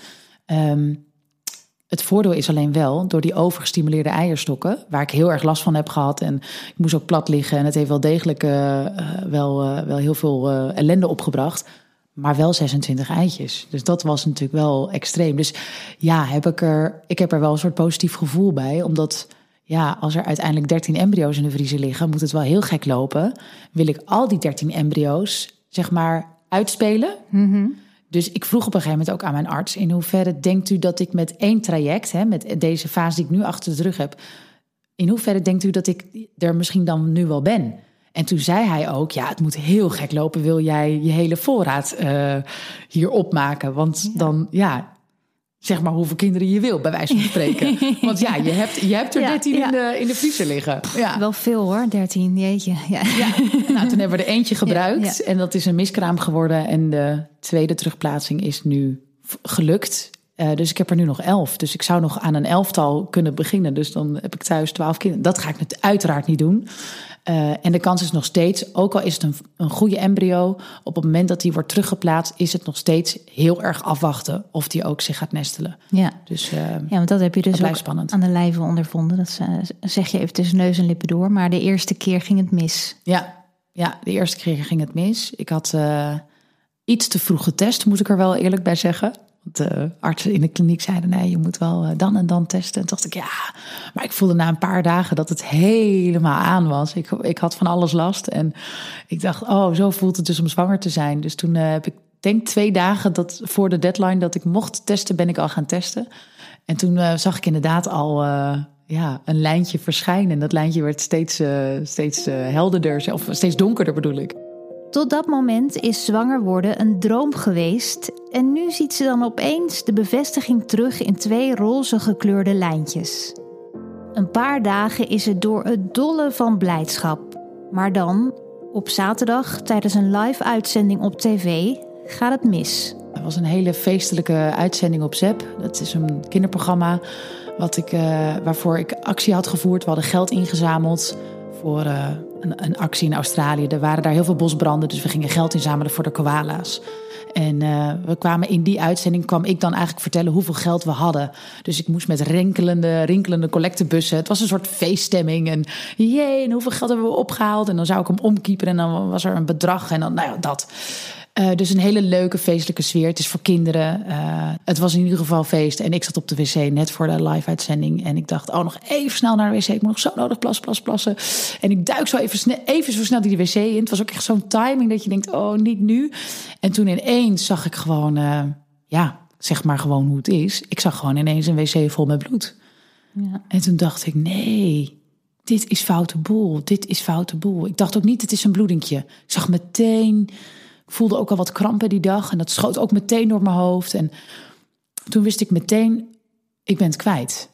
Um, Het voordeel is alleen wel, door die overgestimuleerde eierstokken, waar ik heel erg last van heb gehad en ik moest ook plat liggen en het heeft wel degelijk uh, wel, uh, wel heel veel uh, ellende opgebracht, maar wel zesentwintig eitjes. Dus dat was natuurlijk wel extreem. Dus ja, heb ik, er, ik heb er wel een soort positief gevoel bij, omdat ja, als er uiteindelijk dertien embryo's in de vriezer liggen, moet het wel heel gek lopen. Wil ik al die dertien embryo's, zeg maar, uitspelen? Mm-hmm. Dus ik vroeg op een gegeven moment ook aan mijn arts, in hoeverre denkt u dat ik met één traject, hè, met deze fase die ik nu achter de rug heb, in hoeverre denkt u dat ik er misschien dan nu wel ben? En toen zei hij ook, ja, het moet heel gek lopen, wil jij je hele voorraad uh, hier opmaken? Want ja. dan, ja, zeg maar hoeveel kinderen je wil, bij wijze van spreken. Want ja, je hebt, je hebt er ja, dertien ja. in, de, in de vriezer liggen. Ja. Wel veel hoor, dertien, jeetje. Ja. Ja. Nou, toen hebben we er eentje gebruikt ja, ja. en dat is een miskraam geworden. En de tweede terugplaatsing is nu gelukt. Uh, dus ik heb er nu nog elf. Dus ik zou nog aan een elftal kunnen beginnen. Dus dan heb ik thuis twaalf kinderen. Dat ga ik het uiteraard niet doen. Uh, en de kans is nog steeds, ook al is het een, een goede embryo, op het moment dat die wordt teruggeplaatst, is het nog steeds heel erg afwachten of die ook zich gaat nestelen. Ja, dus, uh, ja want dat heb je dus ook spannend. Aan de lijve ondervonden. Dat uh, zeg je even tussen neus en lippen door. Maar de eerste keer ging het mis. Ja, ja de eerste keer ging het mis. Ik had uh, iets te vroeg getest, moet ik er wel eerlijk bij zeggen. De artsen in de kliniek zeiden, nee, je moet wel dan en dan testen. En toen dacht ik, ja, maar ik voelde na een paar dagen dat het helemaal aan was. Ik, ik had van alles last en ik dacht, oh, zo voelt het dus om zwanger te zijn. Dus toen uh, heb ik, denk twee dagen dat voor de deadline dat ik mocht testen, ben ik al gaan testen. En toen uh, zag ik inderdaad al uh, ja, een lijntje verschijnen. En dat lijntje werd steeds, uh, steeds uh, helderder, of steeds donkerder bedoel ik. Tot dat moment is zwanger worden een droom geweest en nu ziet ze dan opeens de bevestiging terug in twee roze gekleurde lijntjes. Een paar dagen is het door het dolle van blijdschap. Maar dan, op zaterdag tijdens een live uitzending op tv, gaat het mis. Het was een hele feestelijke uitzending op Zep. Dat is een kinderprogramma wat ik, uh, waarvoor ik actie had gevoerd. We hadden geld ingezameld voor uh, een, een actie in Australië. Er waren daar heel veel bosbranden, dus we gingen geld inzamelen voor de koala's. En uh, we kwamen in die uitzending, kwam ik dan eigenlijk vertellen hoeveel geld we hadden. Dus ik moest met rinkelende, rinkelende collectebussen. Het was een soort feeststemming. En jee, en hoeveel geld hebben we opgehaald? En dan zou ik hem omkiepen en dan was er een bedrag. En dan, nou ja, dat. Uh, dus een hele leuke feestelijke sfeer. Het is voor kinderen. Uh, het was in ieder geval feest. En ik zat op de wc net voor de live-uitzending. En ik dacht, oh, nog even snel naar de wc. Ik moet nog zo nodig plassen, plassen, plassen. En ik duik zo even, sne- even zo snel die wc in. Het was ook echt zo'n timing dat je denkt, oh, niet nu. En toen ineens zag ik gewoon, uh, ja, zeg maar gewoon hoe het is. Ik zag gewoon ineens een wc vol met bloed. Ja. En toen dacht ik, nee, dit is foute boel. Dit is foute boel. Ik dacht ook niet, het is een bloedingje. Ik zag meteen... Ik voelde ook al wat krampen die dag. En dat schoot ook meteen door mijn hoofd. En toen wist ik meteen, ik ben het kwijt.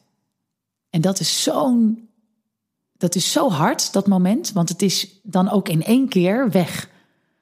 En dat is zo'n... Dat is zo hard, dat moment. Want het is dan ook in één keer weg.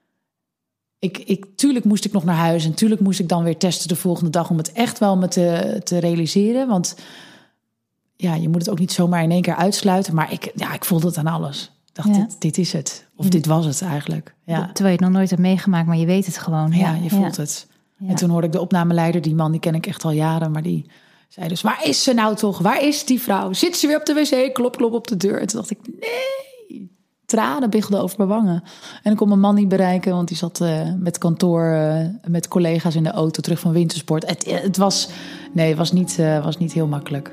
Ik, ik, tuurlijk moest ik nog naar huis. En tuurlijk moest ik dan weer testen de volgende dag. Om het echt wel me te, te realiseren. Want ja, je moet het ook niet zomaar in één keer uitsluiten. Maar ik, ja, ik voelde het aan alles. Ik dacht, ja. dit, dit is het. Of ja. dit was het eigenlijk. Ja. Terwijl je het nog nooit hebt meegemaakt, maar je weet het gewoon. Ja, ja je voelt ja. het. Ja. En toen hoorde ik de opnameleider, die man, die ken ik echt al jaren. Maar die zei dus, waar is ze nou toch? Waar is die vrouw? Zit ze weer op de wc? Klop, klop op de deur. En toen dacht ik, nee, tranen biggelden over mijn wangen. En ik kon mijn man niet bereiken, want die zat uh, met kantoor, uh, met collega's in de auto terug van wintersport. Het, het was, nee, het was niet, uh, was niet heel makkelijk.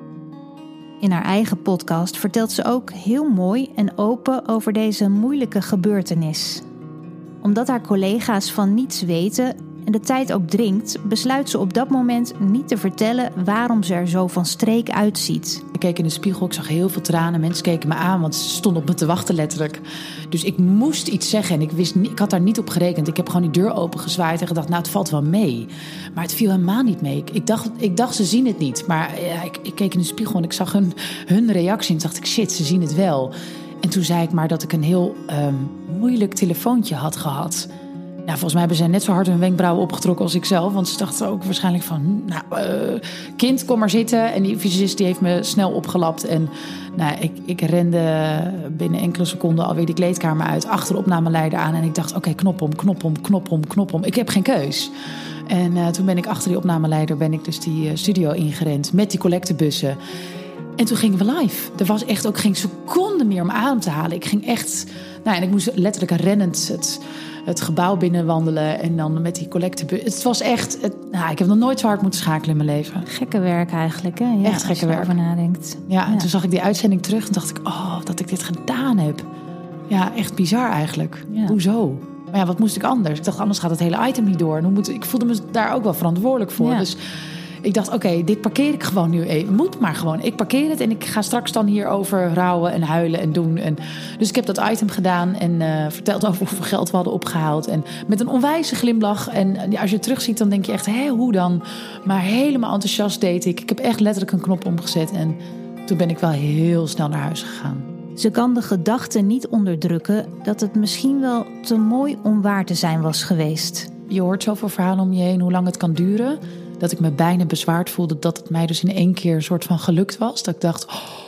In haar eigen podcast vertelt ze ook heel mooi en open over deze moeilijke gebeurtenis. Omdat haar collega's van niets weten en de tijd ook dringt, besluit ze op dat moment niet te vertellen waarom ze er zo van streek uitziet. Ik keek in de spiegel, ik zag heel veel tranen. Mensen keken me aan, want ze stonden op me te wachten letterlijk. Dus ik moest iets zeggen en ik, wist niet, ik had daar niet op gerekend. Ik heb gewoon die deur opengezwaaid en gedacht, nou het valt wel mee. Maar het viel helemaal niet mee. Ik, ik, dacht, ik dacht, ze zien het niet. Maar ja, ik, ik keek in de spiegel en ik zag hun, hun reactie en dacht ik, shit, ze zien het wel. En toen zei ik maar dat ik een heel um, moeilijk telefoontje had gehad. Nou, volgens mij hebben zij net zo hard hun wenkbrauwen opgetrokken als ik zelf. Want ze dachten ook waarschijnlijk van, nou, uh, kind, kom maar zitten. En die fysicist die heeft me snel opgelapt. En nou, ik, ik rende binnen enkele seconden alweer die kleedkamer uit. Achter de opnameleider aan. En ik dacht, oké, okay, knop om, knop om, knop om, knop om. Ik heb geen keus. En uh, toen ben ik achter die opnameleider, ben ik dus die uh, studio ingerend met die collectebussen. En toen gingen we live. Er was echt ook geen seconde meer om adem te halen. Ik ging echt, nou, en ik moest letterlijk rennend het... het gebouw binnenwandelen en dan met die collectebus. Het was echt, het, nou, ik heb nog nooit zo hard moeten schakelen in mijn leven. Gekke werk eigenlijk, hè? Ja, echt gekke werk. Als je erover nadenkt. Ja, ja, en toen zag ik die uitzending terug en dacht ik, oh, dat ik dit gedaan heb. Ja, echt bizar eigenlijk. Ja. Hoezo? Maar ja, wat moest ik anders? Ik dacht, anders gaat het hele item niet door. En hoe moet, ik voelde me daar ook wel verantwoordelijk voor. Ja. Dus ik dacht, oké, okay, dit parkeer ik gewoon nu even. Moet maar gewoon. Ik parkeer het en ik ga straks dan hierover rouwen en huilen en doen. En dus ik heb dat item gedaan en uh, verteld over hoeveel geld we hadden opgehaald. En met een onwijze glimlach. En ja, als je het terugziet, dan denk je echt, hé, hoe dan? Maar helemaal enthousiast deed ik. Ik heb echt letterlijk een knop omgezet. En toen ben ik wel heel snel naar huis gegaan. Ze kan de gedachte niet onderdrukken dat het misschien wel te mooi om waar te zijn was geweest. Je hoort zoveel verhalen om je heen, hoe lang het kan duren. Dat ik me bijna bezwaard voelde dat het mij dus in één keer een soort van gelukt was. Dat ik dacht,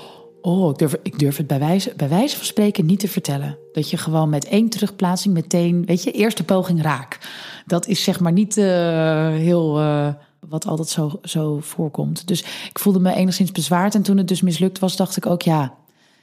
oh, ik durf, ik durf het bij wijze, bij wijze van spreken niet te vertellen. Dat je gewoon met één terugplaatsing meteen, weet je, eerste poging raak. Dat is zeg maar niet uh, heel... Uh, wat altijd zo, zo voorkomt. Dus ik voelde me enigszins bezwaard. En toen het dus mislukt was, dacht ik ook, ja...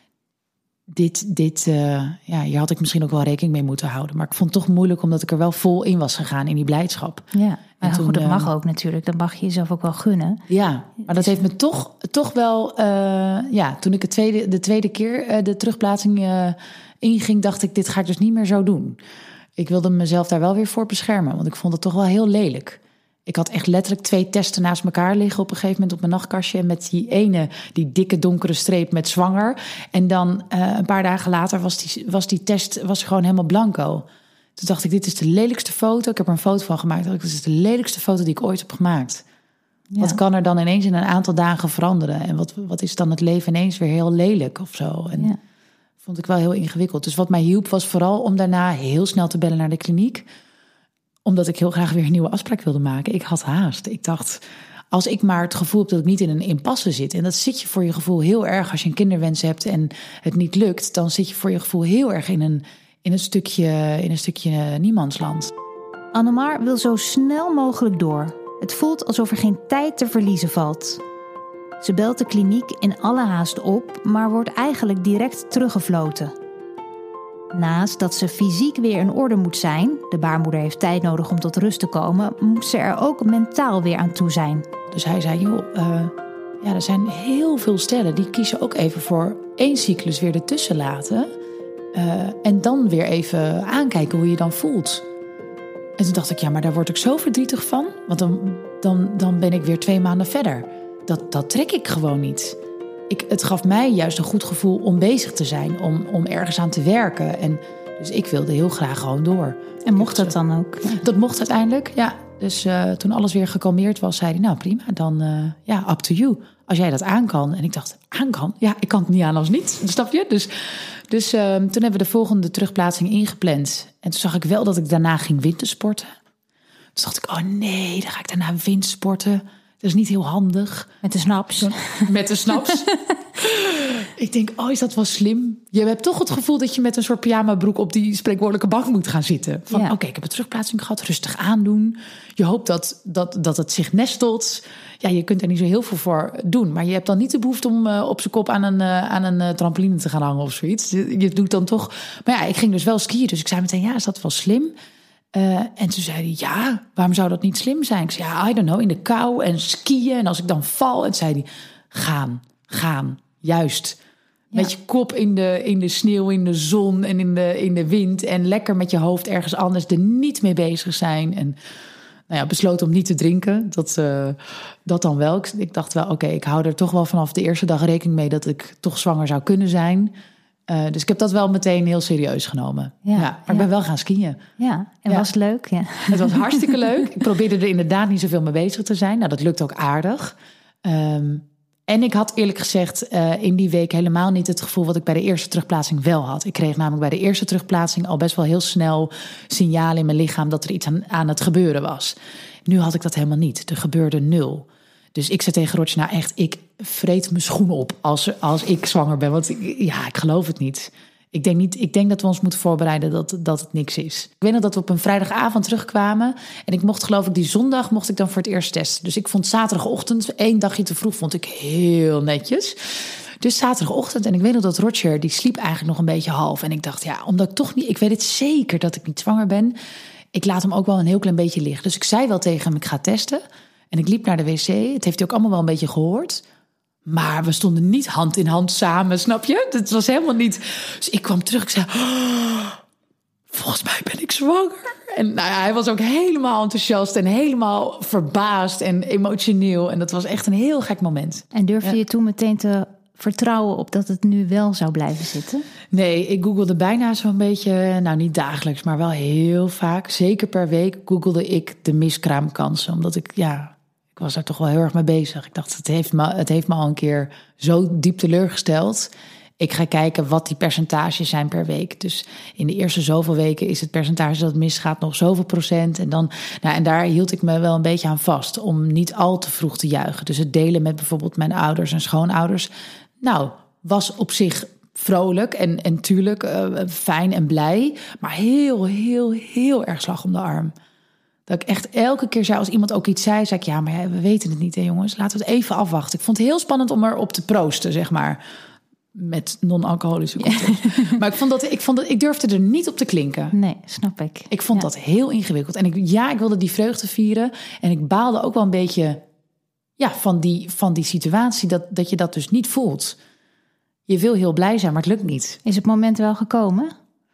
Dit, dit uh, ja, hier had ik misschien ook wel rekening mee moeten houden. Maar ik vond het toch moeilijk, omdat ik er wel vol in was gegaan in die blijdschap. Ja, maar toen, goed, dat mag ook natuurlijk. Dat mag je jezelf ook wel gunnen. Ja, maar dat heeft me toch, toch wel... Uh, ja, toen ik het tweede, de tweede keer uh, de terugplaatsing uh, inging, dacht ik, dit ga ik dus niet meer zo doen. Ik wilde mezelf daar wel weer voor beschermen, want ik vond het toch wel heel lelijk. Ik had echt letterlijk twee testen naast elkaar liggen op een gegeven moment op mijn nachtkastje. Met die ene, die dikke donkere streep met zwanger. En dan uh, een paar dagen later was die, was die test was gewoon helemaal blanco. Toen dacht ik, dit is de lelijkste foto. Ik heb er een foto van gemaakt. Dit is de lelijkste foto die ik ooit heb gemaakt. Ja. Wat kan er dan ineens in een aantal dagen veranderen? En wat, wat is dan het leven ineens weer heel lelijk of zo? En ja. Vond ik wel heel ingewikkeld. Dus wat mij hielp was vooral om daarna heel snel te bellen naar de kliniek. Omdat ik heel graag weer een nieuwe afspraak wilde maken. Ik had haast. Ik dacht, als ik maar het gevoel heb dat ik niet in een impasse zit. En dat zit je voor je gevoel heel erg als je een kinderwens hebt en het niet lukt. Dan zit je voor je gevoel heel erg in een, in een, stukje, in een stukje niemandsland. Annemar wil zo snel mogelijk door. Het voelt alsof er geen tijd te verliezen valt. Ze belt de kliniek in alle haast op, maar wordt eigenlijk direct teruggefloten. Naast dat ze fysiek weer in orde moet zijn, de baarmoeder heeft tijd nodig om tot rust te komen, moet ze er ook mentaal weer aan toe zijn. Dus hij zei, joh, uh, ja, er zijn heel veel stellen die kiezen ook even voor één cyclus weer ertussen laten. Uh, en dan weer even aankijken hoe je je dan voelt. En toen dacht ik, ja, maar daar word ik zo verdrietig van. Want dan, dan, dan ben ik weer twee maanden verder. Dat, dat trek ik gewoon niet. Ik, het gaf mij juist een goed gevoel om bezig te zijn, om, om ergens aan te werken. En dus ik wilde heel graag gewoon door. En mocht dat dan ook? Ja. Dat mocht uiteindelijk, ja. Dus uh, toen alles weer gekalmeerd was, zei hij, nou prima, dan uh, ja, up to you. Als jij dat aan kan. En ik dacht, aan kan? Ja, ik kan het niet aan als niet, snap je? Dus, dus uh, toen hebben we de volgende terugplaatsing ingepland. En toen zag ik wel dat ik daarna ging wintersporten. Toen dacht ik, oh nee, dan ga ik daarna windsporten. Dat is niet heel handig. Met de snaps. Met de snaps. Ik denk, oh, is dat wel slim? Je hebt toch het gevoel dat je met een soort pyjamabroek op die spreekwoordelijke bank moet gaan zitten. Van, ja. oké, okay, ik heb een terugplaatsing gehad, rustig aandoen. Je hoopt dat, dat, dat het zich nestelt. Ja, je kunt er niet zo heel veel voor doen. Maar je hebt dan niet de behoefte om uh, op zijn kop aan een, uh, aan een uh, trampoline te gaan hangen of zoiets. Je, je doet dan toch... Maar ja, ik ging dus wel skiën. Dus ik zei meteen, ja, is dat wel slim? Uh, en toen zei hij, ja, waarom zou dat niet slim zijn? Ik zei, ja, I don't know, in de kou en skiën. En als ik dan val, en zei hij, gaan, gaan, juist. Ja. Met je kop in de, in de sneeuw, in de zon en in de, in de wind. En lekker met je hoofd ergens anders er niet mee bezig zijn. En nou ja, besloten om niet te drinken. Dat, uh, dat dan wel. Ik, ik dacht wel, oké, okay, ik hou er toch wel vanaf de eerste dag rekening mee dat ik toch zwanger zou kunnen zijn. Uh, dus ik heb dat wel meteen heel serieus genomen. Ja, ja, maar ja. ik ben wel gaan skiën. Ja, en ja. was het leuk? Ja. Het was hartstikke leuk. Ik probeerde er inderdaad niet zoveel mee bezig te zijn. Nou, dat lukt ook aardig. Um, en ik had eerlijk gezegd uh, in die week helemaal niet het gevoel wat ik bij de eerste terugplaatsing wel had. Ik kreeg namelijk bij de eerste terugplaatsing al best wel heel snel signalen in mijn lichaam dat er iets aan, aan het gebeuren was. Nu had ik dat helemaal niet. Er gebeurde nul. Dus ik zei tegen Roger, nou echt, ik vreet mijn schoenen op als, als ik zwanger ben. Want ja, ik geloof het niet. Ik denk, niet, ik denk dat we ons moeten voorbereiden dat, dat het niks is. Ik weet nog dat we op een vrijdagavond terugkwamen. En ik mocht, geloof ik, die zondag mocht ik dan voor het eerst testen. Dus ik vond zaterdagochtend, één dagje te vroeg, vond ik heel netjes. Dus zaterdagochtend, en ik weet nog dat Roger, die sliep eigenlijk nog een beetje half. En ik dacht, ja, omdat ik toch niet, ik weet het zeker dat ik niet zwanger ben. Ik laat hem ook wel een heel klein beetje liggen. Dus ik zei wel tegen hem, ik ga testen. En ik liep naar de wc. Het heeft hij ook allemaal wel een beetje gehoord. Maar we stonden niet hand in hand samen, snap je? Het was helemaal niet... Dus ik kwam terug, ik zei... Oh, volgens mij ben ik zwanger. En nou ja, hij was ook helemaal enthousiast en helemaal verbaasd en emotioneel. En dat was echt een heel gek moment. En durfde ja. je toen meteen te vertrouwen op dat het nu wel zou blijven zitten? Nee, ik googelde bijna zo'n beetje... Nou, niet dagelijks, maar wel heel vaak. Zeker per week googelde ik de miskraamkansen. Omdat ik, ja... Ik was daar toch wel heel erg mee bezig. Ik dacht, het heeft me, het heeft me al een keer zo diep teleurgesteld. Ik ga kijken wat die percentages zijn per week. Dus in de eerste zoveel weken is het percentage dat het misgaat nog zoveel procent. En, dan, nou, en daar hield ik me wel een beetje aan vast om niet al te vroeg te juichen. Dus het delen met bijvoorbeeld mijn ouders en schoonouders. Nou, was op zich vrolijk en, en tuurlijk uh, fijn en blij. Maar heel, heel, heel erg slag om de arm. Dat ik echt elke keer zei, als iemand ook iets zei, zei ik, ja, maar ja, we weten het niet, hè jongens. Laten we het even afwachten. Ik vond het heel spannend om erop te proosten, zeg maar. Met non-alcoholische cocktails. Ja. Maar ik vond dat, ik vond dat, ik durfde er niet op te klinken. Nee, snap ik. Ik vond ja. dat heel ingewikkeld. En ik, ja, ik wilde die vreugde vieren. En ik baalde ook wel een beetje ja, van, die, van die situatie, dat, dat je dat dus niet voelt. Je wil heel blij zijn, maar het lukt niet. Is het moment wel gekomen?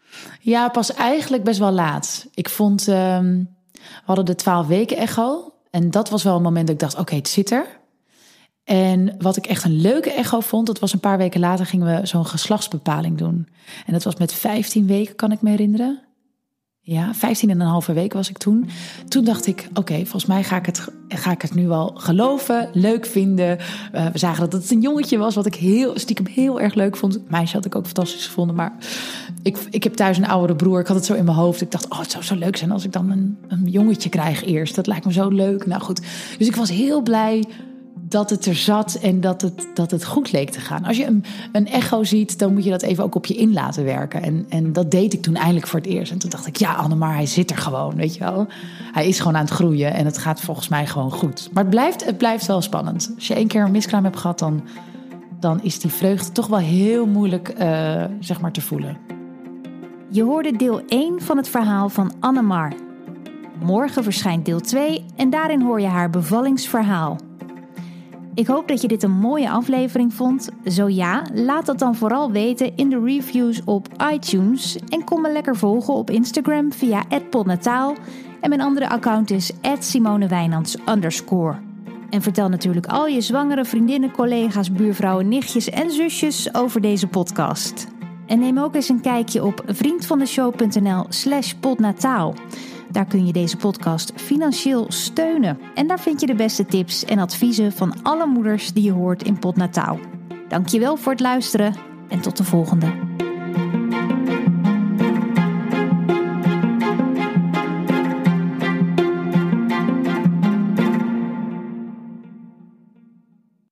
Ja, pas eigenlijk best wel laat. Ik vond... Um, We hadden de twaalf weken echo. En dat was wel een moment dat ik dacht, oké, okay, het zit er. En wat ik echt een leuke echo vond, dat was een paar weken later gingen we zo'n geslachtsbepaling doen. En dat was met vijftien weken, kan ik me herinneren. Ja, vijftien en een halve week was ik toen. Toen dacht ik, oké, okay, volgens mij ga ik, het, ga ik het nu wel geloven, leuk vinden. Uh, we zagen dat het een jongetje was, wat ik heel stiekem heel erg leuk vond. Het meisje had ik ook fantastisch gevonden, maar ik, ik heb thuis een oudere broer. Ik had het zo in mijn hoofd. Ik dacht, oh, het zou zo leuk zijn als ik dan een, een jongetje krijg eerst. Dat lijkt me zo leuk. Nou goed, dus ik was heel blij dat het er zat en dat het, dat het goed leek te gaan. Als je een, een echo ziet, dan moet je dat even ook op je in laten werken. En, en dat deed ik toen eindelijk voor het eerst. En toen dacht ik, ja Annemar, hij zit er gewoon, weet je wel. Hij is gewoon aan het groeien en het gaat volgens mij gewoon goed. Maar het blijft, het blijft wel spannend. Als je één keer een miskraam hebt gehad, dan, dan is die vreugde toch wel heel moeilijk uh, zeg maar te voelen. Je hoorde deel één van het verhaal van Annemar. Morgen verschijnt deel twee en daarin hoor je haar bevallingsverhaal. Ik hoop dat je dit een mooie aflevering vond. Zo ja, laat dat dan vooral weten in de reviews op iTunes. En kom me lekker volgen op Instagram via at podnataal. En mijn andere account is at simonewijnands underscore. En vertel natuurlijk al je zwangere vriendinnen, collega's, buurvrouwen, nichtjes en zusjes over deze podcast. En neem ook eens een kijkje op vriendvandeshow.nl slash podnataal. Daar kun je deze podcast financieel steunen. En daar vind je de beste tips en adviezen van alle moeders die je hoort in Podnataal. Dankjewel voor het luisteren en tot de volgende.